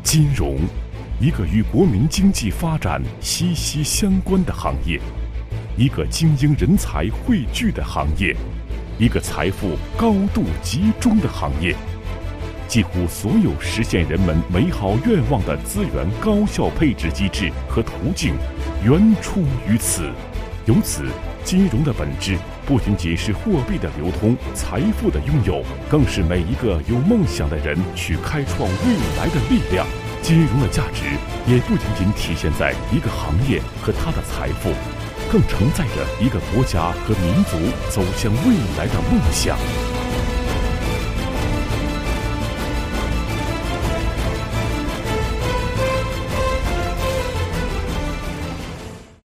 金融，一个与国民经济发展息息相关的行业，一个精英人才汇聚的行业，一个财富高度集中的行业。几乎所有实现人们美好愿望的资源高效配置机制和途径，源出于此。由此，金融的本质不仅仅是货币的流通、财富的拥有，更是每一个有梦想的人去开创未来的力量。金融的价值也不仅仅体现在一个行业和它的财富，更承载着一个国家和民族走向未来的梦想。